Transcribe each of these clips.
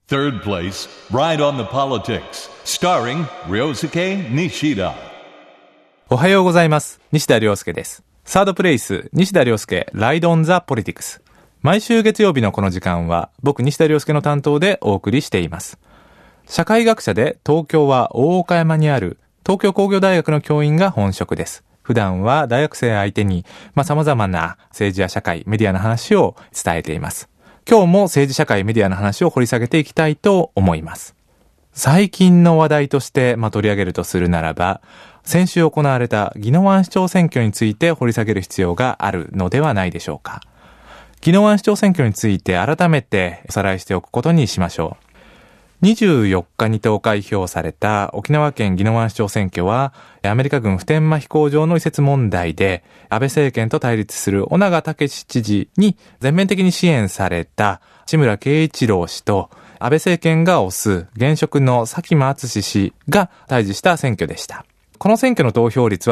Third place, Ride on the Politics, starring Ryosuke Nishida. おはようございます。西田亮介です。サードプレイス、西田亮介、Ride on the Politics。毎週月曜日のこの時間は、僕西田亮介の担当でお送りしています。社会学者で東京は大岡山にある東京工業大学の教員が本職です。普段は大学生相手に、様々な政治や社会、メディアの話を伝えています。今日も政治社会メディアの話を掘り下げていきたいと思います。最近の話題として、取り上げるとするならば、先週行われた宜野湾市長選挙について掘り下げる必要があるのではないでしょうか。宜野湾市長選挙について改めておさらいしておくことにしましょう。24日に投開票された沖縄県宜野湾市長選挙は、アメリカ軍普天間飛行場の移設問題で、安倍政権と対立する尾長武知事に全面的に支援された志村けい一郎氏と、安倍政権が推す現職の佐喜真淳氏が対峙した選挙でした。この選挙の投票率は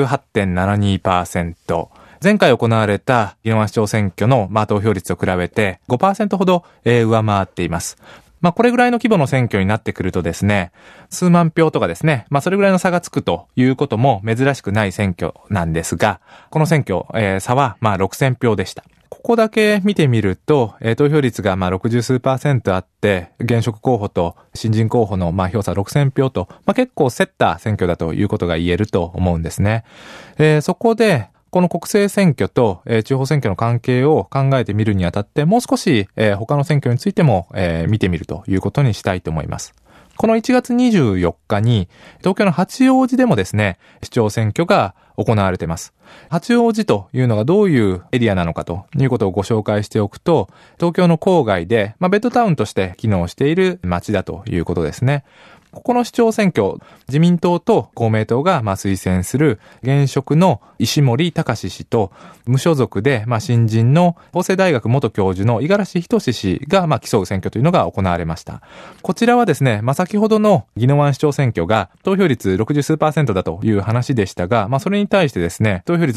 68.72%。前回行われた宜野湾市長選挙の投票率と比べて 5% ほど上回っています。これぐらいの規模の選挙になってくるとですね、数万票とかですね、それぐらいの差がつくということも珍しくない選挙なんですが、この選挙、差は6000票でした。ここだけ見てみると、投票率が60数%あって、現職候補と新人候補の票差6000票と、結構競った選挙だということが言えると思うんですね。そこで、この国政選挙と地方選挙の関係を考えてみるにあたって、もう少し他の選挙についても見てみるということにしたいと思います。この1月24日に東京の八王子でもですね、市長選挙が行われています。八王子というのがどういうエリアなのかということをご紹介しておくと、東京の郊外でベッドタウンとして機能している街だということですね。ここの市長選挙、自民党と公明党が推薦する現職の石森隆氏と無所属で新人の法政大学元教授の五十嵐仁氏が競う選挙というのが行われました。こちらはですね、先ほどの宜野湾市長選挙が投票率60数%だという話でしたが、それに対してですね、投票率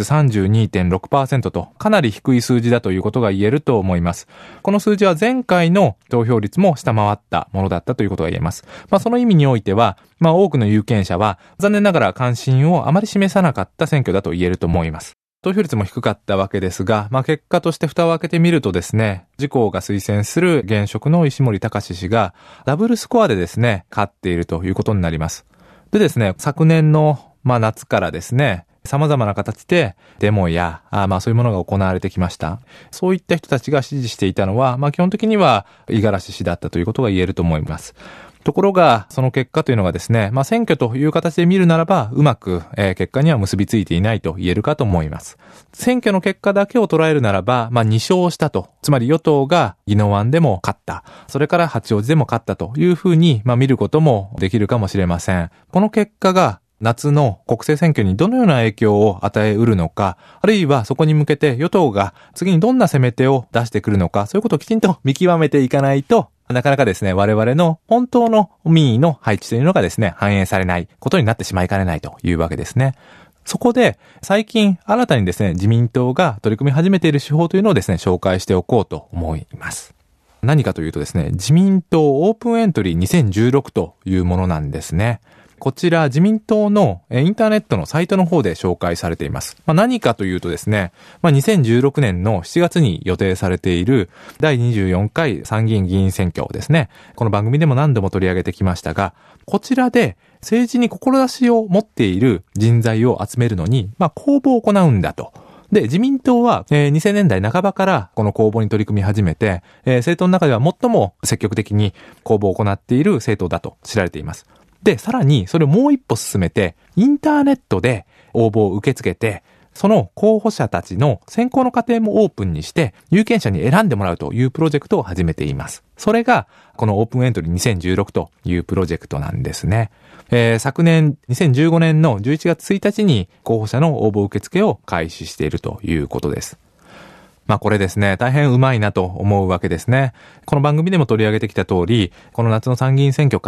32.6% とかなり低い数字だということが言えると思います。この数字は前回の投票率も下回ったものだったということが言えます。その意味においては、多くの有権者は残念ながら関心をあまり示さなかった選挙だと言えると思います。投票率も低かったわけですが、結果として蓋を開けてみるとですね、自公が推薦する現職の石森隆氏がダブルスコアでですね、勝っているということになります。でですね、昨年の夏からですね、様々な形でデモやそういうものが行われてきました。そういった人たちが支持していたのは、基本的には五十嵐氏だったということが言えると思います。ところが、その結果というのがですね、選挙という形で見るならば、うまく、結果には結びついていないと言えるかと思います。選挙の結果だけを捉えるならば、2勝したと。つまり与党が宜野湾でも勝った。それから八王子でも勝ったというふうに、見ることもできるかもしれません。この結果が、夏の国政選挙にどのような影響を与えうるのか、あるいはそこに向けて与党が次にどんな攻め手を出してくるのか、そういうことをきちんと見極めていかないと、なかなかですね、我々の本当の民意の配置というのがですね、反映されないことになってしまいかねないというわけですね。そこで、最近新たにですね、自民党が取り組み始めている手法というのをですね、紹介しておこうと思います。何かというとですね、自民党オープンエントリー2016というものなんですね。こちら自民党のインターネットのサイトの方で紹介されています。何かというとですね、2016年の7月に予定されている第24回参議院議員選挙ですね。この番組でも何度も取り上げてきましたが、こちらで政治に志を持っている人材を集めるのに、公募を行うんだと。で、自民党は、2000年代半ばからこの公募に取り組み始めて、政党の中では最も積極的に公募を行っている政党だと知られています。で、さらにそれをもう一歩進めて、インターネットで応募を受け付けて、その候補者たちの選考の過程もオープンにして、有権者に選んでもらうというプロジェクトを始めています。それが、このオープンエントリー2016というプロジェクトなんですね。昨年2015年の11月1日に候補者の応募受付を開始しているということです。これですね、大変うまいなと思うわけですね。この番組でも取り上げてきた通り、この夏の参議院選挙から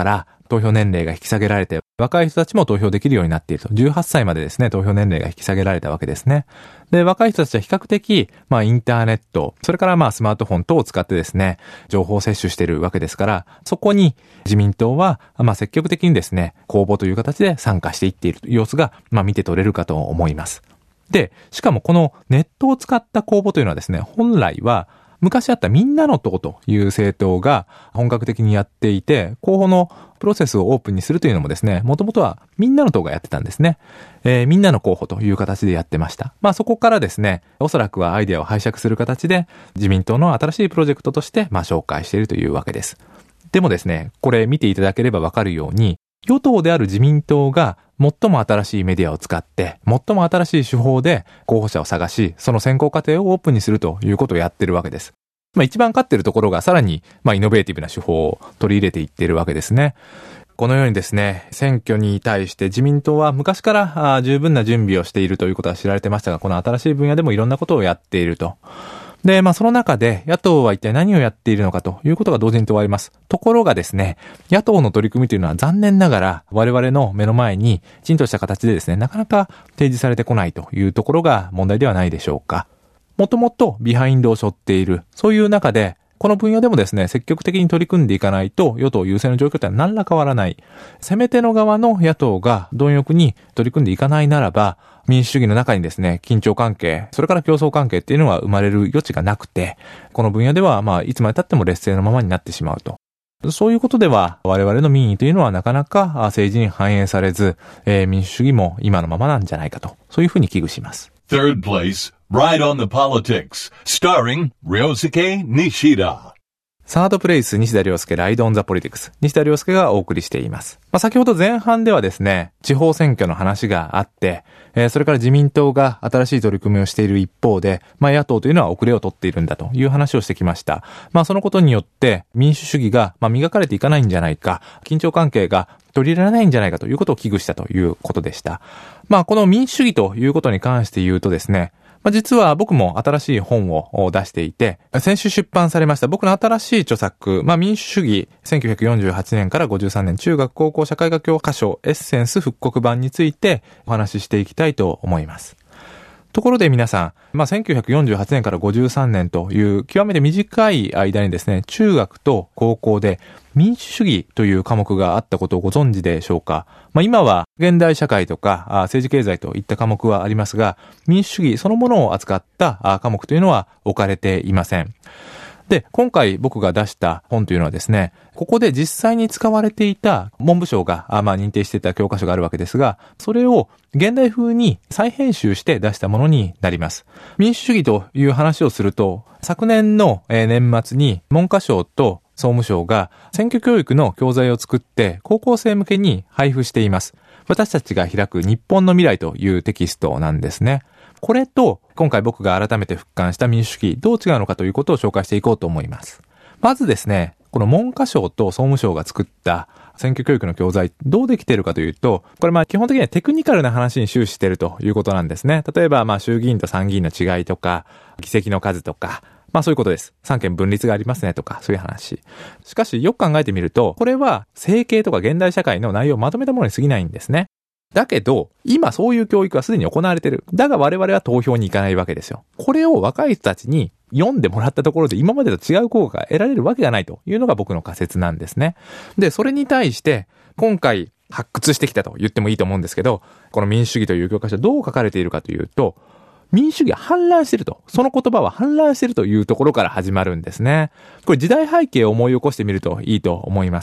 投票年齢が引き下げられて、若い人たちも投票できるようになっていると。18歳までですね、投票年齢が引き下げられたわけですね。で、若い人たちは比較的、インターネット、それからスマートフォン等を使ってですね、情報を摂取しているわけですから、そこに自民党は、積極的にですね、公募という形で参加していっている様子が、見て取れるかと思います。で、しかもこのネットを使った公募というのはですね、本来は、昔あったみんなの党という政党が本格的にやっていて、候補のプロセスをオープンにするというのもですね、もともとはみんなの党がやってたんですね。みんなの候補という形でやってました。そこからですね、おそらくはアイデアを拝借する形で自民党の新しいプロジェクトとして紹介しているというわけです。でもですね、これ見ていただければわかるように、与党である自民党が最も新しいメディアを使って、最も新しい手法で候補者を探し、その選考過程をオープンにするということをやってるわけです。一番勝ってるところがさらに、イノベーティブな手法を取り入れていっているわけですね。このようにですね、選挙に対して自民党は昔から十分な準備をしているということは知られてましたが、この新しい分野でもいろんなことをやっていると。で、その中で野党は一体何をやっているのかということが同時に問われます。ところがですね、野党の取り組みというのは残念ながら我々の目の前にきちんとした形でですね、なかなか提示されてこないというところが問題ではないでしょうか。もともとビハインドを背負っている、そういう中で、この分野でもですね、積極的に取り組んでいかないと、与党優勢の状況ってのは何ら変わらない。攻め手の側の野党が貪欲に取り組んでいかないならば、民主主義の中にですね、緊張関係、それから競争関係っていうのは生まれる余地がなくて、この分野ではいつまで経っても劣勢のままになってしまうと。そういうことでは、我々の民意というのはなかなか政治に反映されず、民主主義も今のままなんじゃないかと、そういうふうに危惧します。 Third place, Ride on the Politics, starring Ryosuke Nishida。 サードプレイス、西田亮介、ライドオンザポリティクス。西田亮介がお送りしています。先ほど前半ではですね、地方選挙の話があって、それから自民党が新しい取り組みをしている一方で、野党というのは遅れを取っているんだという話をしてきました。そのことによって民主主義が磨かれていかないんじゃないか、緊張関係が取り入れられないんじゃないかということを危惧したということでした。この民主主義ということに関して言うとですね、実は僕も新しい本を出していて、先週出版されました僕の新しい著作、民主主義1948年から53年中学高校社会科教科書エッセンス復刻版についてお話ししていきたいと思います。ところで皆さん、1948年から53年という極めて短い間にですね、中学と高校で民主主義という科目があったことをご存知でしょうか。今は現代社会とか政治経済といった科目はありますが、民主主義そのものを扱った科目というのは置かれていません。で、今回僕が出した本というのはですね、ここで実際に使われていた文部省が認定していた教科書があるわけですが、それを現代風に再編集して出したものになります。民主主義という話をすると、昨年の年末に文科省と総務省が選挙教育の教材を作って高校生向けに配布しています。私たちが開く日本の未来というテキストなんですね。これと今回僕が改めて復刊した民主主義どう違うのかということを紹介していこうと思います。まずですね、この文科省と総務省が作った選挙教育の教材どうできているかというと、これ基本的にはテクニカルな話に終始しているということなんですね。例えば衆議院と参議院の違いとか議席の数とか、そういうことです。三権分立がありますねとか、そういう話。しかしよく考えてみると、これは政経とか現代社会の内容をまとめたものに過ぎないんですね。だけど、今そういう教育はすでに行われている。だが我々は投票に行かないわけですよ。これを若い人たちに読んでもらったところで今までと違う効果が得られるわけがないというのが僕の仮説なんですね。で、それに対して今回発掘してきたと言ってもいいと思うんですけど、この民主主義という教科書どう書かれているかというと、民主主義は氾濫していると。その言葉は氾濫しているというところから始まるんですね。これ時代背景を思い起こしてみるといいと思います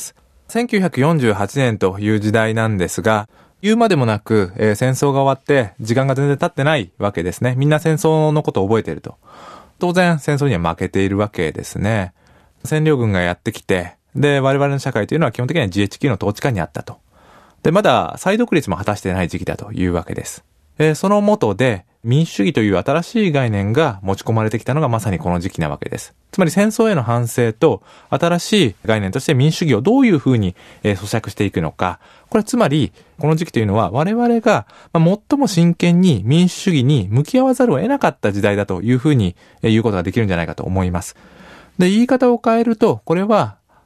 。1948年という時代なんですが、言うまでもなく、戦争が終わって時間が全然経ってないわけですね。みんな戦争のことを覚えていると。当然戦争には負けているわけですね。占領軍がやってきて、で、我々の社会というのは基本的には GHQ の統治下にあったと。で、まだ再独立も果たしていない時期だというわけです。その下で民主主義という新しい概念が持ち込まれてきたのがまさにこの時期なわけです。つまり戦争への反省と新しい概念として民主主義をどういうふうに咀嚼していくのか。これつまりこの時期というのは我々が最も真剣に民主主義に向き合わざるを得なかった時代だというふうに言うことができるんじゃないかと思います。で、言い方を変えるとこれは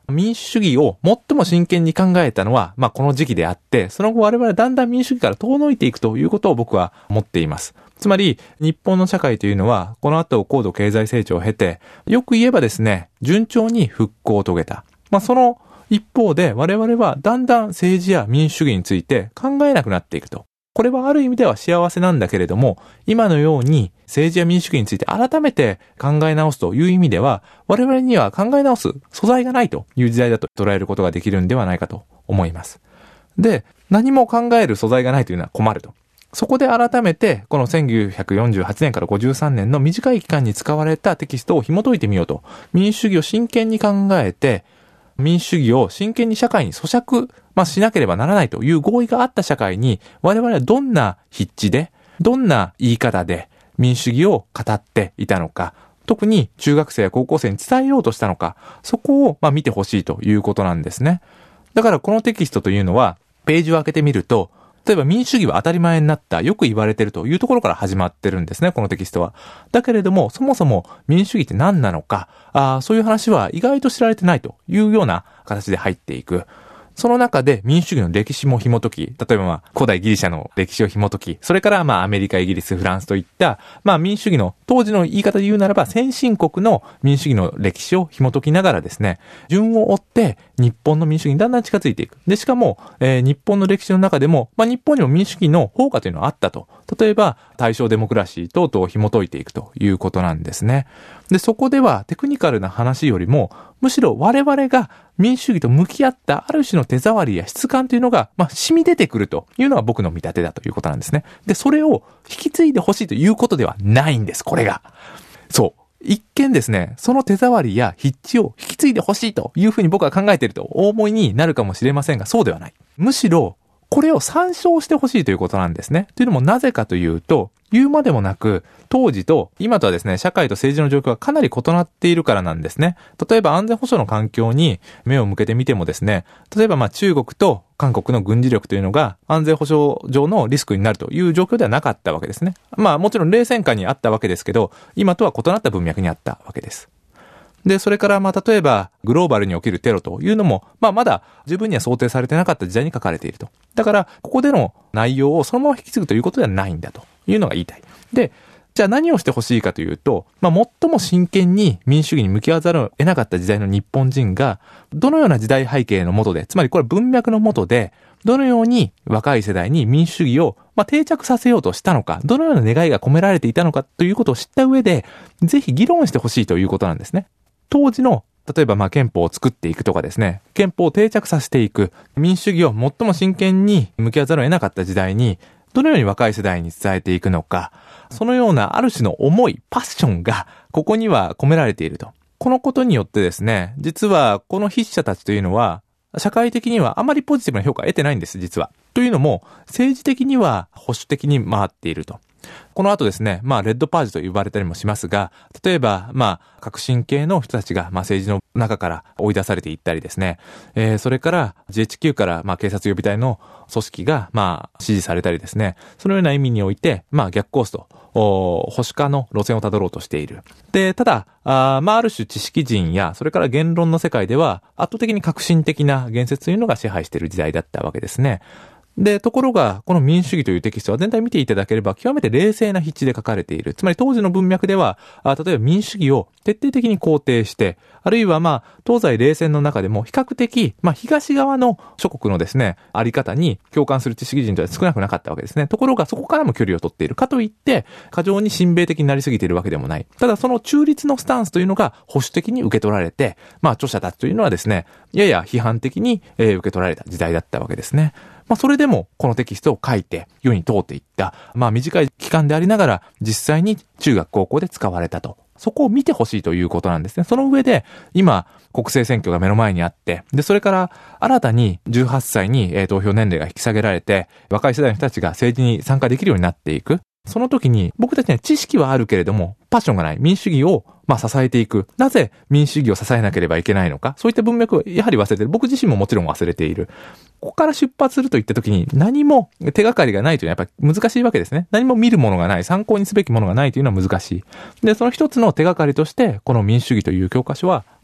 民主主義を最も真剣に考えたのは、この時期であって、その後我々はだんだん民主主義から遠のいていくということを僕は思っています。つまり、日本の社会というのは、この後高度経済成長を経て、よく言えばですね、順調に復興を遂げた。その一方で我々はだんだん政治や民主主義について考えなくなっていくと。これはある意味では幸せなんだけれども、今のように政治や民主主義について改めて考え直すという意味では、我々には考え直す素材がないという時代だと捉えることができるんではないかと思います。で、何も考える素材がないというのは困ると。そこで改めて、この1948年から53年の短い期間に使われたテキストを紐解いてみようと。民主主義を真剣に考えて、民主主義を真剣に社会に咀嚼、しなければならないという合意があった社会に、我々はどんな筆致で、どんな言い方で民主主義を語っていたのか、特に中学生や高校生に伝えようとしたのか、そこを見てほしいということなんですね。だからこのテキストというのは、ページを開けてみると、例えば民主主義は当たり前になった、よく言われているというところから始まってるんですね、このテキストは。だけれども、そもそも民主主義って何なのか、そういう話は意外と知られてないというような形で入っていく。その中で民主主義の歴史も紐解き、例えば古代ギリシャの歴史を紐解き、それからアメリカ、イギリス、フランスといった民主主義の当時の言い方で言うならば先進国の民主主義の歴史を紐解きながらですね、順を追って日本の民主主義にだんだん近づいていく。で、しかも、日本の歴史の中でも、日本にも民主主義の効果というのはあったと。例えば大正デモクラシー等々を紐解いていくということなんですね。で、そこではテクニカルな話よりも、むしろ我々が民主主義と向き合ったある種の手触りや質感というのが、染み出てくるというのが僕の見立てだということなんですね。で、それを引き継いでほしいということではないんです、これが。そう。一見ですね、その手触りや筆致を引き継いでほしいというふうに僕は考えているとお思いになるかもしれませんが、そうではない。むしろ、これを参照してほしいということなんですね。というのもなぜかというと、言うまでもなく、当時と今とはですね、社会と政治の状況がかなり異なっているからなんですね。例えば安全保障の環境に目を向けてみてもですね、例えば中国と韓国の軍事力というのが安全保障上のリスクになるという状況ではなかったわけですね。もちろん冷戦下にあったわけですけど、今とは異なった文脈にあったわけです。で、それから例えばグローバルに起きるテロというのも、まだ十分には想定されてなかった時代に書かれていると。だから、ここでの内容をそのまま引き継ぐということではないんだというのが言いたい。で、じゃあ何をしてほしいかというと、最も真剣に民主主義に向き合わざるを得なかった時代の日本人が、どのような時代背景の下で、つまりこれ文脈の下で、どのように若い世代に民主主義を定着させようとしたのか、どのような願いが込められていたのかということを知った上で、ぜひ議論してほしいということなんですね。当時の例えば憲法を作っていくとかですね、憲法を定着させていく、民主主義を最も真剣に向き合わざるを得なかった時代に、どのように若い世代に伝えていくのか、そのようなある種の思い、パッションがここには込められていると。このことによってですね、実はこの筆者たちというのは、社会的にはあまりポジティブな評価を得てないんです、実は。というのも、政治的には保守的に回っていると。この後ですね、レッドパージと呼ばれたりもしますが、例えば、革新系の人たちが、政治の中から追い出されていったりですね、それから GHQ から、警察予備隊の組織が、支持されたりですね、そのような意味において、逆コースと、保守化の路線をたどろうとしている。で、ただ、ある種知識人や、それから言論の世界では、圧倒的に革新的な言説というのが支配している時代だったわけですね。で、ところが、この民主主義というテキストは全体見ていただければ、極めて冷静な筆致で書かれている。つまり当時の文脈では、例えば民主主義を徹底的に肯定して、あるいは東西冷戦の中でも比較的、東側の諸国のですね、あり方に共感する知識人とは少なくなかったわけですね。ところが、そこからも距離を取っている。かといって、過剰に親米的になりすぎているわけでもない。ただ、その中立のスタンスというのが保守的に受け取られて、著者たちというのはですね、やや批判的に受け取られた時代だったわけですね。それでもこのテキストを書いて世に通っていった。短い期間でありながら実際に中学高校で使われたと。そこを見てほしいということなんですね。その上で今国政選挙が目の前にあって、で、それから新たに18歳に投票年齢が引き下げられて、若い世代の人たちが政治に参加できるようになっていく。その時に僕たちには知識はあるけれども、パッションがない民主主義を支えていく。なぜ民主主義を支えなければいけないのか。そういった文脈をやはり忘れている。僕自身ももちろん忘れている。ここから出発するといった時に何も手がかりがないというのはやっぱり難しいわけですね。何も見るものがない。参考にすべきものがないというのは難しい。で、その一つの手がかりとして、この民主主義という教科書は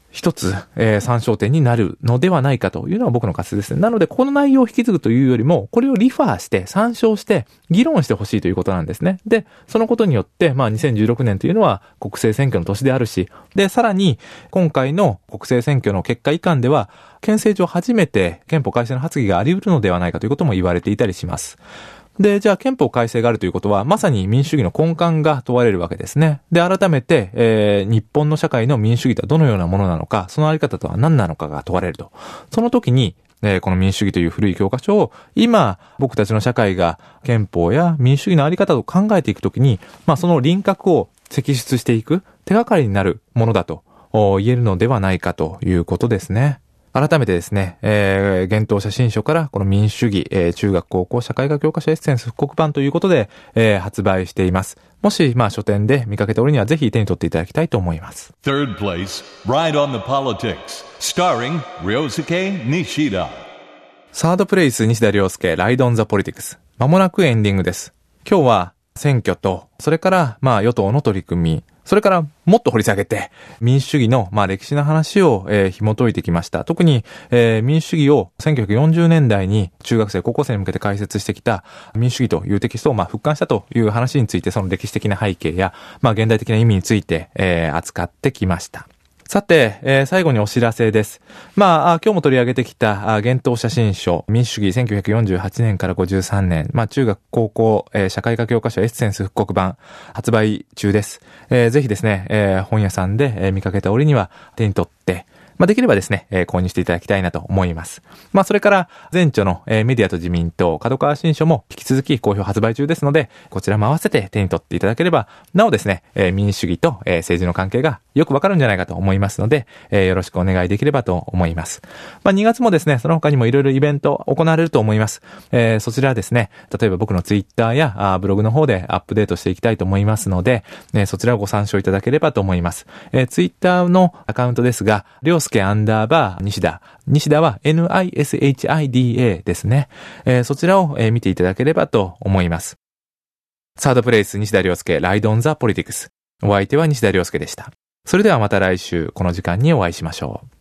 一つ、参照点になるのではないかというのが僕の仮説ですね。なので、この内容を引き継ぐというよりも、これをリファーして、参照して、議論してほしいということなんですね。で、そのことによって、2016年というのは国政選挙の年であるし、で、さらに、今回の国政選挙の結果以下では、憲政上初めて憲法改正の発議があり得るのではないかということも言われていたりします。で、じゃあ憲法改正があるということは、まさに民主主義の根幹が問われるわけですね。で、改めて、日本の社会の民主主義とはどのようなものなのか、そのあり方とは何なのかが問われると。その時に、この民主主義という古い教科書を、今、僕たちの社会が憲法や民主主義のあり方を考えていくときに、その輪郭を摘出していく手がかりになるものだと言えるのではないかということですね。改めてですね、幻冬写真書からこの民主主義、中学高校社会科教科書エッセンス復刻版ということで、発売しています。もし、書店で見かけた折にはぜひ手に取っていただきたいと思います。 Third place, Ride on the Politics, starring Ryosuke Nishida. サードプレイス西田亮介、Ride on the Politics。まもなくエンディングです。今日は選挙と、それから与党の取り組み、それからもっと掘り下げて民主主義の歴史の話を紐解いてきました。特に民主主義を1940年代に中学生高校生に向けて解説してきた民主主義というテキストを復刊したという話について、その歴史的な背景や現代的な意味について扱ってきました。さて、最後にお知らせです。今日も取り上げてきた、幻冬写真書、民主主義1948年から53年、中学高校、社会科教科書エッセンス復刻版、発売中です。ぜひですね、本屋さんで、見かけた折には手に取って、できればですね、購入していただきたいなと思います。それから、前著の、メディアと自民党、角川新書も引き続き好評発売中ですので、こちらも合わせて手に取っていただければ、なおですね、民主主義と、政治の関係がよくわかるんじゃないかと思いますので、よろしくお願いできればと思います。2月もですね、その他にもいろいろイベント行われると思います。そちらはですね、例えば僕のツイッターやブログの方でアップデートしていきたいと思いますので、そちらをご参照いただければと思います。ツイッターのアカウントですが、亮介_西田。西田は NISHIDA ですね。そちらを見ていただければと思います。サードプレイス西田亮介、Ride on the Politics。お相手は西田亮介でした。それではまた来週この時間にお会いしましょう。